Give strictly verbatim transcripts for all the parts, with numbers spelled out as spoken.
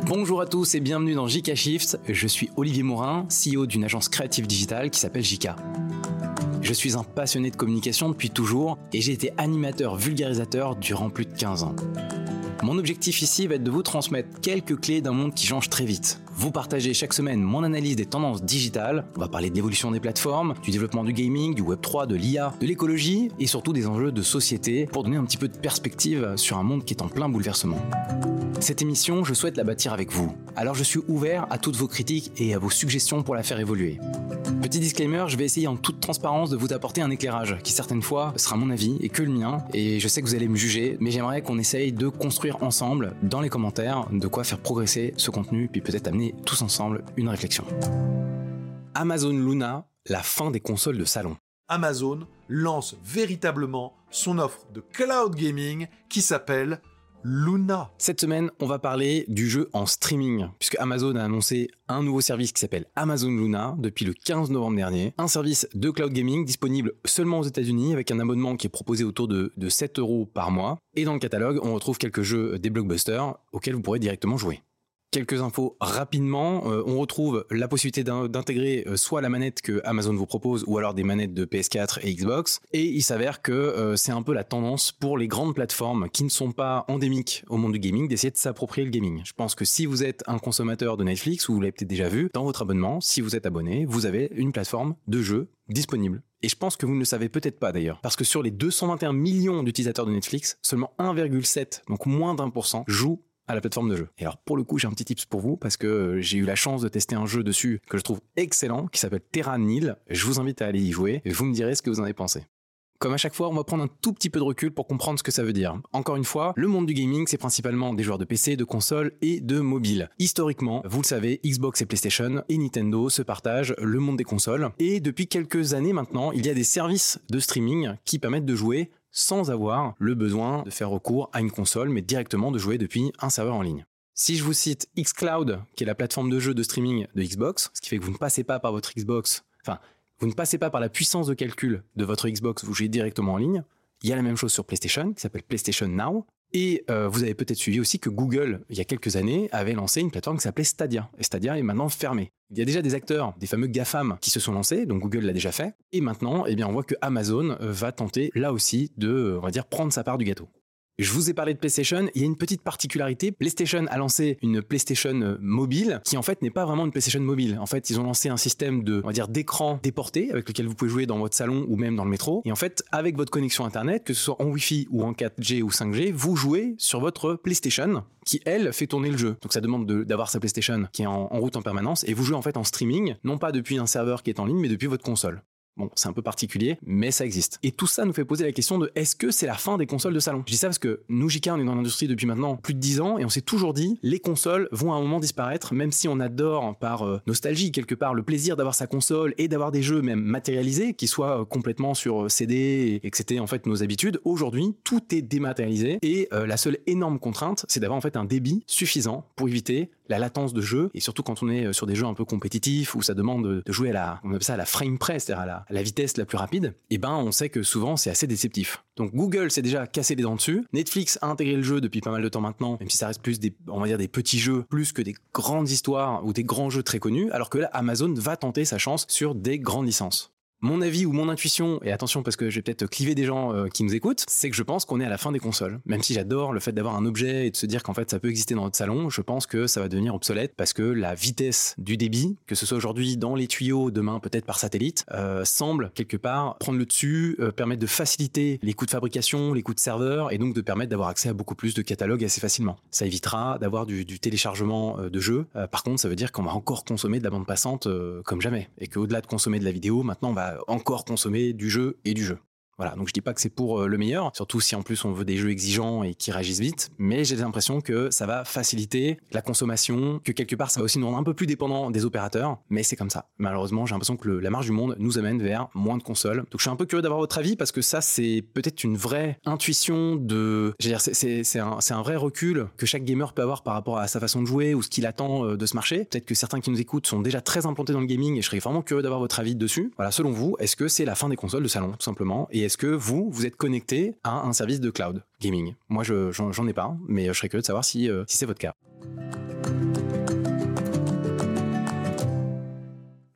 Bonjour à tous et bienvenue dans J K Shift. Je suis Olivier Morin, C E O d'une agence créative digitale qui s'appelle J K. Je suis un passionné de communication depuis toujours et j'ai été animateur vulgarisateur durant plus de quinze ans. Mon objectif ici va être de vous transmettre quelques clés d'un monde qui change très vite. Vous partagez chaque semaine mon analyse des tendances digitales, on va parler de l'évolution des plateformes, du développement du gaming, du web trois, de l'I A, de l'écologie et surtout des enjeux de société pour donner un petit peu de perspective sur un monde qui est en plein bouleversement. Cette émission, je souhaite la bâtir avec vous. Alors je suis ouvert à toutes vos critiques et à vos suggestions pour la faire évoluer. Petit disclaimer, je vais essayer en toute transparence de vous apporter un éclairage qui certaines fois sera mon avis et que le mien, et je sais que vous allez me juger, mais j'aimerais qu'on essaye de construire ensemble, dans les commentaires, de quoi faire progresser ce contenu, puis peut-être amener tous ensemble une réflexion. Amazon Luna, la fin des consoles de salon. Amazon lance véritablement son offre de cloud gaming qui s'appelle Luna. Cette semaine, on va parler du jeu en streaming, puisque Amazon a annoncé un nouveau service qui s'appelle Amazon Luna depuis le quinze novembre dernier. Un service de cloud gaming disponible seulement aux États-Unis avec un abonnement qui est proposé autour de, de sept euros par mois. Et dans le catalogue, on retrouve quelques jeux des blockbusters auxquels vous pourrez directement jouer. Quelques infos rapidement, euh, on retrouve la possibilité d'in- d'intégrer euh, soit la manette que Amazon vous propose ou alors des manettes de P S quatre et Xbox, et il s'avère que euh, c'est un peu la tendance pour les grandes plateformes qui ne sont pas endémiques au monde du gaming d'essayer de s'approprier le gaming. Je pense que si vous êtes un consommateur de Netflix, ou vous l'avez peut-être déjà vu, dans votre abonnement, si vous êtes abonné, vous avez une plateforme de jeux disponible. Et je pense que vous ne le savez peut-être pas d'ailleurs, parce que sur les deux cent vingt et un millions d'utilisateurs de Netflix, seulement un virgule sept, donc moins d'un pour cent, jouent à la plateforme de jeu. Et alors pour le coup, j'ai un petit tips pour vous parce que j'ai eu la chance de tester un jeu dessus que je trouve excellent qui s'appelle Terra Nil. Je vous invite à aller y jouer et vous me direz ce que vous en avez pensé. Comme à chaque fois, on va prendre un tout petit peu de recul pour comprendre ce que ça veut dire. Encore une fois, le monde du gaming, c'est principalement des joueurs de P C, de console et de mobile. Historiquement, vous le savez, Xbox et PlayStation et Nintendo se partagent le monde des consoles. Et depuis quelques années maintenant, il y a des services de streaming qui permettent de jouer sans avoir le besoin de faire recours à une console, mais directement de jouer depuis un serveur en ligne. Si je vous cite xCloud, qui est la plateforme de jeu de streaming de Xbox, ce qui fait que vous ne passez pas par votre Xbox, enfin, vous ne passez pas par la puissance de calcul de votre Xbox, vous jouez directement en ligne. Il y a la même chose sur PlayStation, qui s'appelle PlayStation Now. Et euh, vous avez peut-être suivi aussi que Google, il y a quelques années, avait lancé une plateforme qui s'appelait Stadia. Et Stadia est maintenant fermée. Il y a déjà des acteurs, des fameux GAFAM, qui se sont lancés, donc Google l'a déjà fait. Et maintenant, eh bien, on voit que Amazon va tenter, là aussi, de, on va dire, prendre sa part du gâteau. Je vous ai parlé de PlayStation, il y a une petite particularité. PlayStation a lancé une PlayStation mobile qui en fait n'est pas vraiment une PlayStation mobile. En fait, ils ont lancé un système de, on va dire, d'écran déporté avec lequel vous pouvez jouer dans votre salon ou même dans le métro. Et en fait, avec votre connexion internet, que ce soit en Wi-Fi ou en quatre G ou cinq G, vous jouez sur votre PlayStation qui, elle, fait tourner le jeu. Donc ça demande de, d'avoir sa PlayStation qui est en, en route en permanence et vous jouez en fait en streaming, non pas depuis un serveur qui est en ligne, mais depuis votre console. Bon, c'est un peu particulier, mais ça existe. Et tout ça nous fait poser la question de est-ce que c'est la fin des consoles de salon ? Je dis ça parce que nous, J K, on est dans l'industrie depuis maintenant plus de dix ans et on s'est toujours dit les consoles vont à un moment disparaître, même si on adore par euh, nostalgie quelque part le plaisir d'avoir sa console et d'avoir des jeux même matérialisés qui soient euh, complètement sur C D et que c'était en fait nos habitudes. Aujourd'hui, tout est dématérialisé et euh, la seule énorme contrainte, c'est d'avoir en fait un débit suffisant pour éviter la latence de jeu et surtout quand on est sur des jeux un peu compétitifs où ça demande de jouer à la, on appelle ça à la frame press, c'est-à-dire à la, à la vitesse la plus rapide, et ben on sait que souvent c'est assez déceptif. Donc Google s'est déjà cassé les dents dessus. Netflix a intégré le jeu depuis pas mal de temps maintenant, même si ça reste plus des, on va dire des petits jeux plus que des grandes histoires ou des grands jeux très connus, alors que là Amazon va tenter sa chance sur des grandes licences. Mon avis ou mon intuition, et attention parce que je vais peut-être cliver des gens euh, qui nous écoutent, c'est que je pense qu'on est à la fin des consoles. Même si j'adore le fait d'avoir un objet et de se dire qu'en fait ça peut exister dans notre salon, je pense que ça va devenir obsolète parce que la vitesse du débit, que ce soit aujourd'hui dans les tuyaux, demain peut-être par satellite, euh, semble quelque part prendre le dessus, euh, permettre de faciliter les coûts de fabrication, les coûts de serveur et donc de permettre d'avoir accès à beaucoup plus de catalogues assez facilement. Ça évitera d'avoir du, du téléchargement euh, de jeux. Euh, par contre, ça veut dire qu'on va encore consommer de la bande passante euh, comme jamais et qu'au-delà de consommer de la vidéo, maintenant on va encore consommer du jeu et du jeu. Voilà, donc je dis pas que c'est pour le meilleur, surtout si en plus on veut des jeux exigeants et qui réagissent vite, mais j'ai l'impression que ça va faciliter la consommation, que quelque part ça va aussi nous rendre un peu plus dépendants des opérateurs, mais c'est comme ça. Malheureusement, j'ai l'impression que le, la marge du monde nous amène vers moins de consoles. Donc je suis un peu curieux d'avoir votre avis parce que ça c'est peut-être une vraie intuition de, je veux dire, c'est, c'est, c'est, un, c'est un vrai recul que chaque gamer peut avoir par rapport à sa façon de jouer ou ce qu'il attend de ce marché. Peut-être que certains qui nous écoutent sont déjà très implantés dans le gaming et je serais vraiment curieux d'avoir votre avis dessus. Voilà, selon vous, est-ce que c'est la fin des consoles de salon tout simplement et est-ce que vous, vous êtes connecté à un service de cloud gaming ? Moi, je, j'en, j'en ai pas, mais je serais curieux de savoir si, euh, si c'est votre cas.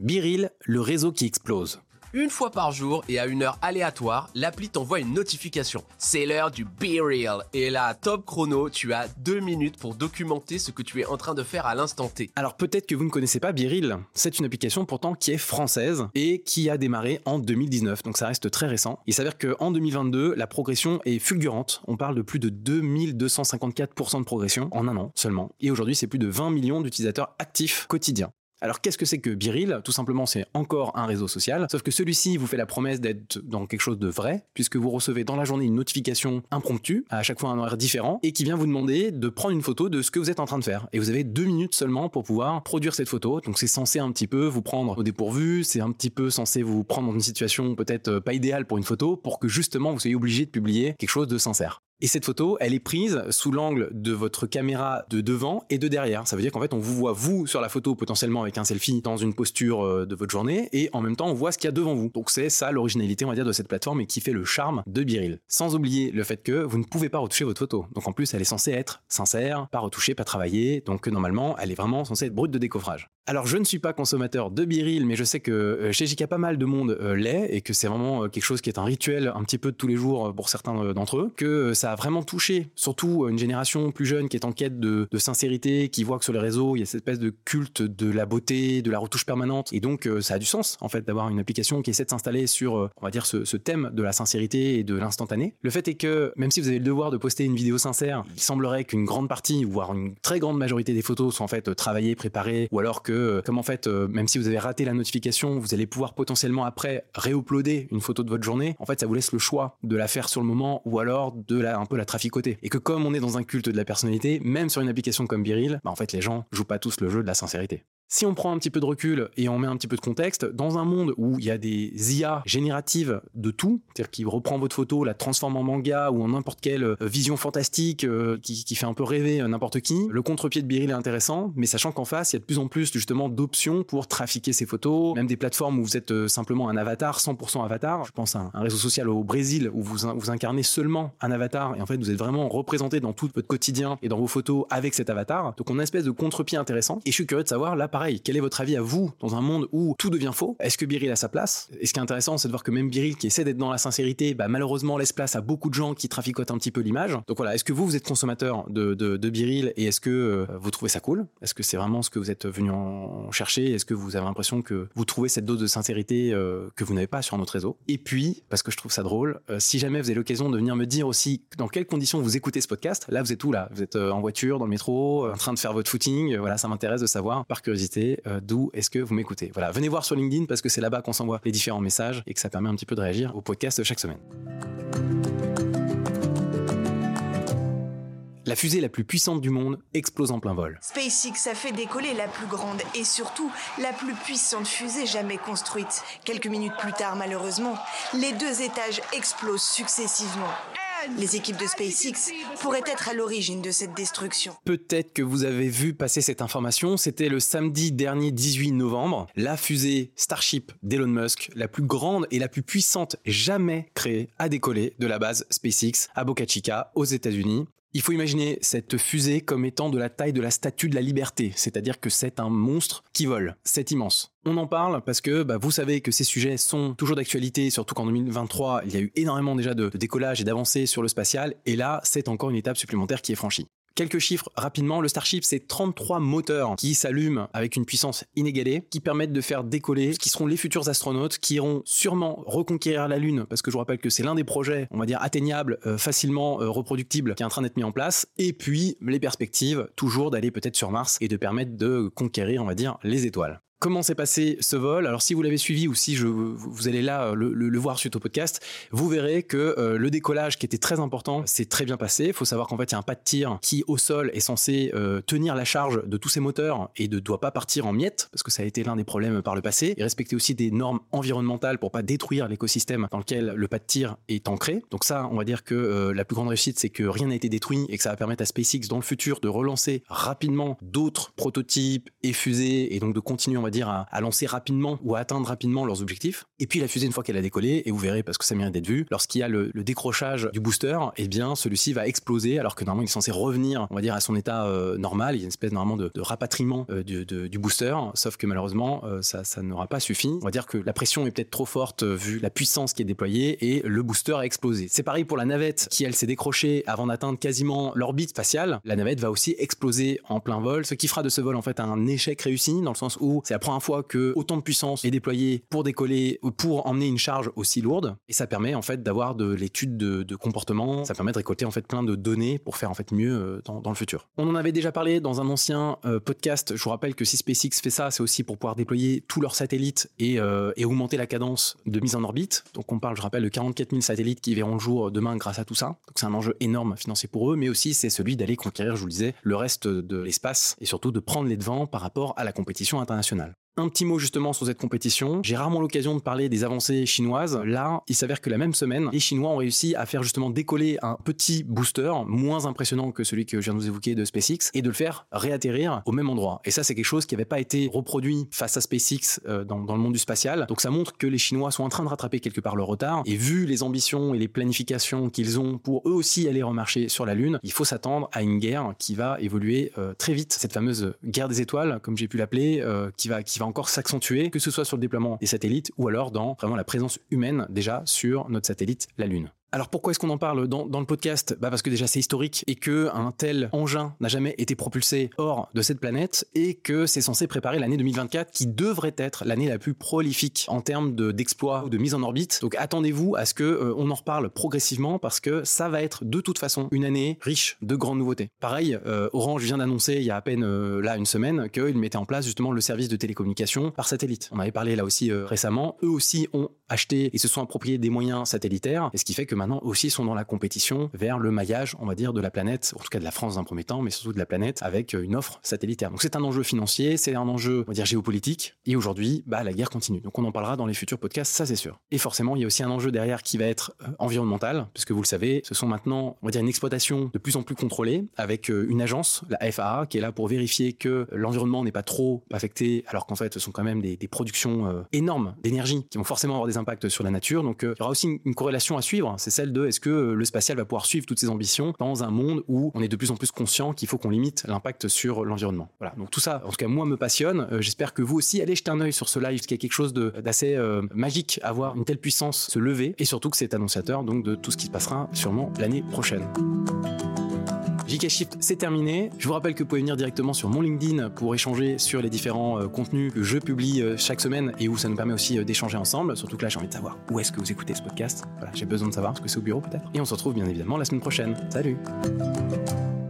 BeReal, le réseau qui explose. Une fois par jour et à une heure aléatoire, l'appli t'envoie une notification. C'est l'heure du BeReal. Et là, top chrono, tu as deux minutes pour documenter ce que tu es en train de faire à l'instant T. Alors peut-être que vous ne connaissez pas BeReal. C'est une application pourtant qui est française et qui a démarré en deux mille dix-neuf, donc ça reste très récent. Il s'avère qu'en deux mille vingt-deux, la progression est fulgurante. On parle de plus de deux mille deux cent cinquante-quatre pour cent de progression en un an seulement. Et aujourd'hui, c'est plus de vingt millions d'utilisateurs actifs quotidiens. Alors qu'est-ce que c'est que BeReal ? Tout simplement, c'est encore un réseau social, sauf que celui-ci vous fait la promesse d'être dans quelque chose de vrai, puisque vous recevez dans la journée une notification impromptue, à chaque fois un horaire différent, et qui vient vous demander de prendre une photo de ce que vous êtes en train de faire. Et vous avez deux minutes seulement pour pouvoir produire cette photo, donc c'est censé un petit peu vous prendre au dépourvu, c'est un petit peu censé vous prendre dans une situation peut-être pas idéale pour une photo, pour que justement vous soyez obligé de publier quelque chose de sincère. Et cette photo, elle est prise sous l'angle de votre caméra de devant et de derrière. Ça veut dire qu'en fait, on vous voit vous sur la photo potentiellement avec un selfie dans une posture de votre journée et en même temps, on voit ce qu'il y a devant vous. Donc c'est ça l'originalité, on va dire, de cette plateforme et qui fait le charme de BeReal. Sans oublier le fait que vous ne pouvez pas retoucher votre photo. Donc en plus, elle est censée être sincère, pas retouchée, pas travaillée. Donc normalement, elle est vraiment censée être brute de décoffrage. Alors je ne suis pas consommateur de BeReal, mais je sais que chez J K pas mal de monde l'est et que c'est vraiment quelque chose qui est un rituel un petit peu de tous les jours pour certains d'entre eux, que ça a vraiment touché surtout une génération plus jeune qui est en quête de, de sincérité, qui voit que sur les réseaux il y a cette espèce de culte de la beauté, de la retouche permanente, et donc ça a du sens en fait d'avoir une application qui essaie de s'installer sur, on va dire, ce, ce thème de la sincérité et de l'instantané. Le fait est que même si vous avez le devoir de poster une vidéo sincère, il semblerait qu'une grande partie, voire une très grande majorité des photos soient en fait travaillées, préparées, ou alors que comme en fait, euh, même si vous avez raté la notification, vous allez pouvoir potentiellement après réuploader une photo de votre journée. En fait, ça vous laisse le choix de la faire sur le moment ou alors de la, un peu la traficoter. Et que comme on est dans un culte de la personnalité, même sur une application comme BeReal, bah en fait, les gens jouent pas tous le jeu de la sincérité. Si on prend un petit peu de recul et on met un petit peu de contexte, dans un monde où il y a des I A génératives de tout, c'est-à-dire qui reprend votre photo, la transforme en manga ou en n'importe quelle vision fantastique euh, qui, qui fait un peu rêver n'importe qui, le contre-pied de BeReal est intéressant, mais sachant qu'en face, il y a de plus en plus justement d'options pour trafiquer ces photos, même des plateformes où vous êtes euh, simplement un avatar, cent pour cent avatar. Je pense à un réseau social au Brésil où vous, vous incarnez seulement un avatar et en fait vous êtes vraiment représenté dans tout votre quotidien et dans vos photos avec cet avatar. Donc on a une espèce de contre-pied intéressant et je suis curieux de savoir là pareil, quel est votre avis à vous dans un monde où tout devient faux? Est-ce que BeReal a sa place? Et ce qui est intéressant, c'est de voir que même BeReal qui essaie d'être dans la sincérité, bah, malheureusement laisse place à beaucoup de gens qui traficotent un petit peu l'image. Donc voilà, est-ce que vous, vous êtes consommateur de, de, de BeReal et est-ce que euh, vous trouvez ça cool? Est-ce que c'est vraiment ce que vous êtes venu en chercher? Est-ce que vous avez l'impression que vous trouvez cette dose de sincérité euh, que vous n'avez pas sur notre réseau? Et puis, parce que je trouve ça drôle, euh, si jamais vous avez l'occasion de venir me dire aussi dans quelles conditions vous écoutez ce podcast, là vous êtes où là? Vous êtes euh, en voiture, dans le métro, euh, en train de faire votre footing, euh, voilà, ça m'intéresse de savoir par curiosité euh, d'où est-ce que vous m'écoutez. Voilà, venez voir sur LinkedIn parce que c'est là-bas qu'on s'envoie les différents messages et que ça permet un petit peu de réagir au podcast chaque semaine. La fusée la plus puissante du monde explose en plein vol. SpaceX a fait décoller la plus grande et surtout la plus puissante fusée jamais construite. Quelques minutes plus tard, malheureusement, les deux étages explosent successivement. Les équipes de SpaceX pourraient être à l'origine de cette destruction. Peut-être que vous avez vu passer cette information, c'était le samedi dernier dix-huit novembre. La fusée Starship d'Elon Musk, la plus grande et la plus puissante jamais créée, a décollé de la base SpaceX à Boca Chica, aux États-Unis. Il faut imaginer cette fusée comme étant de la taille de la Statue de la Liberté, c'est-à-dire que c'est un monstre qui vole, c'est immense. On en parle parce que bah, vous savez que ces sujets sont toujours d'actualité, surtout qu'en deux mille vingt-trois, il y a eu énormément déjà de, de décollage et d'avancées sur le spatial, et là, c'est encore une étape supplémentaire qui est franchie. Quelques chiffres rapidement, le Starship c'est trente-trois moteurs qui s'allument avec une puissance inégalée, qui permettent de faire décoller, qui seront les futurs astronautes, qui iront sûrement reconquérir la Lune, parce que je vous rappelle que c'est l'un des projets, on va dire, atteignables, euh, facilement euh, reproductibles, qui est en train d'être mis en place, et puis les perspectives, toujours d'aller peut-être sur Mars et de permettre de conquérir, on va dire, les étoiles. Comment s'est passé ce vol? Alors si vous l'avez suivi ou si je, vous allez là le, le, le voir suite au podcast, vous verrez que euh, le décollage qui était très important s'est très bien passé. Il faut savoir qu'en fait il y a un pas de tir qui au sol est censé euh, tenir la charge de tous ces moteurs et ne doit pas partir en miettes parce que ça a été l'un des problèmes par le passé, et respecter aussi des normes environnementales pour pas détruire l'écosystème dans lequel le pas de tir est ancré. Donc ça, on va dire que euh, la plus grande réussite c'est que rien n'a été détruit et que ça va permettre à SpaceX dans le futur de relancer rapidement d'autres prototypes et fusées et donc de continuer, on va dire, à, à lancer rapidement ou à atteindre rapidement leurs objectifs. Et puis la fusée, une fois qu'elle a décollé, et vous verrez parce que ça mérite d'être vu, lorsqu'il y a le, le décrochage du booster, eh bien celui-ci va exploser alors que normalement il est censé revenir, on va dire, à son état euh, normal. Il y a une espèce normalement de, de rapatriement euh, du, de, du booster, sauf que malheureusement euh, ça, ça n'aura pas suffi. On va dire que la pression est peut-être trop forte euh, vu la puissance qui est déployée et le booster a explosé. C'est pareil pour la navette qui elle s'est décrochée avant d'atteindre quasiment l'orbite spatiale. La navette va aussi exploser en plein vol, ce qui fera de ce vol en fait un échec réussi dans le sens où c'est la première fois que autant de puissance est déployée pour décoller, pour emmener une charge aussi lourde, et ça permet en fait d'avoir de l'étude de, de comportement, ça permet de récolter en fait plein de données pour faire en fait mieux euh, dans, dans le futur. On en avait déjà parlé dans un ancien euh, podcast. Je vous rappelle que si SpaceX fait ça, c'est aussi pour pouvoir déployer tous leurs satellites et, euh, et augmenter la cadence de mise en orbite. Donc on parle, je rappelle, de quarante-quatre mille satellites qui verront le jour demain grâce à tout ça. Donc c'est un enjeu énorme financier pour eux, mais aussi c'est celui d'aller conquérir, je vous le disais, le reste de l'espace et surtout de prendre les devants par rapport à la compétition internationale. Un petit mot justement sur cette compétition. J'ai rarement l'occasion de parler des avancées chinoises. Là, il s'avère que la même semaine, les Chinois ont réussi à faire justement décoller un petit booster, moins impressionnant que celui que je viens de vous évoquer de SpaceX, et de le faire réatterrir au même endroit. Et ça, c'est quelque chose qui n'avait pas été reproduit face à SpaceX euh, dans, dans le monde du spatial. Donc ça montre que les Chinois sont en train de rattraper quelque part leur retard. Et vu les ambitions et les planifications qu'ils ont pour eux aussi aller remarcher sur la Lune, il faut s'attendre à une guerre qui va évoluer euh, très vite. Cette fameuse guerre des étoiles, comme j'ai pu l'appeler, euh, qui va, qui va encore s'accentuer, que ce soit sur le déploiement des satellites ou alors dans vraiment la présence humaine déjà sur notre satellite, la Lune. Alors pourquoi est-ce qu'on en parle dans, dans le podcast ? Bah parce que déjà c'est historique et que un tel engin n'a jamais été propulsé hors de cette planète et que c'est censé préparer l'année deux mille vingt-quatre qui devrait être l'année la plus prolifique en termes de, d'exploits ou de mise en orbite. Donc attendez-vous à ce que euh, on en reparle progressivement parce que ça va être de toute façon une année riche de grandes nouveautés. Pareil, euh, Orange vient d'annoncer il y a à peine euh, là une semaine qu'il mettait en place justement le service de télécommunication par satellite. On avait parlé là aussi euh, récemment. Eux aussi ont acheté et se sont appropriés des moyens satellitaires et ce qui fait que maintenant aussi sont dans la compétition vers le maillage, on va dire, de la planète, en tout cas de la France dans un premier temps, mais surtout de la planète avec une offre satellitaire. Donc c'est un enjeu financier, c'est un enjeu, on va dire, géopolitique, et aujourd'hui, bah, la guerre continue. Donc on en parlera dans les futurs podcasts, ça c'est sûr. Et forcément, il y a aussi un enjeu derrière qui va être euh, environnemental, puisque vous le savez, ce sont maintenant, on va dire, une exploitation de plus en plus contrôlée, avec euh, une agence, la F A A, qui est là pour vérifier que l'environnement n'est pas trop affecté, alors qu'en fait, ce sont quand même des, des productions euh, énormes d'énergie qui vont forcément avoir des impacts sur la nature. Donc euh, il y aura aussi une, une corrélation à suivre, c'est celle de est-ce que le spatial va pouvoir suivre toutes ces ambitions dans un monde où on est de plus en plus conscient qu'il faut qu'on limite l'impact sur l'environnement. Voilà, donc tout ça, en tout cas moi me passionne. Euh, j'espère que vous aussi allez jeter un œil sur ce live, qui est quelque chose de, d'assez euh, magique à voir une telle puissance se lever, et surtout que c'est annonciateur donc de tout ce qui se passera sûrement l'année prochaine. J K Shift, c'est terminé. Je vous rappelle que vous pouvez venir directement sur mon LinkedIn pour échanger sur les différents euh, contenus que je publie euh, chaque semaine et où ça nous permet aussi euh, d'échanger ensemble. Surtout que là, j'ai envie de savoir où est-ce que vous écoutez ce podcast. Voilà, j'ai besoin de savoir, est-ce que c'est au bureau peut-être. Et on se retrouve bien évidemment la semaine prochaine. Salut!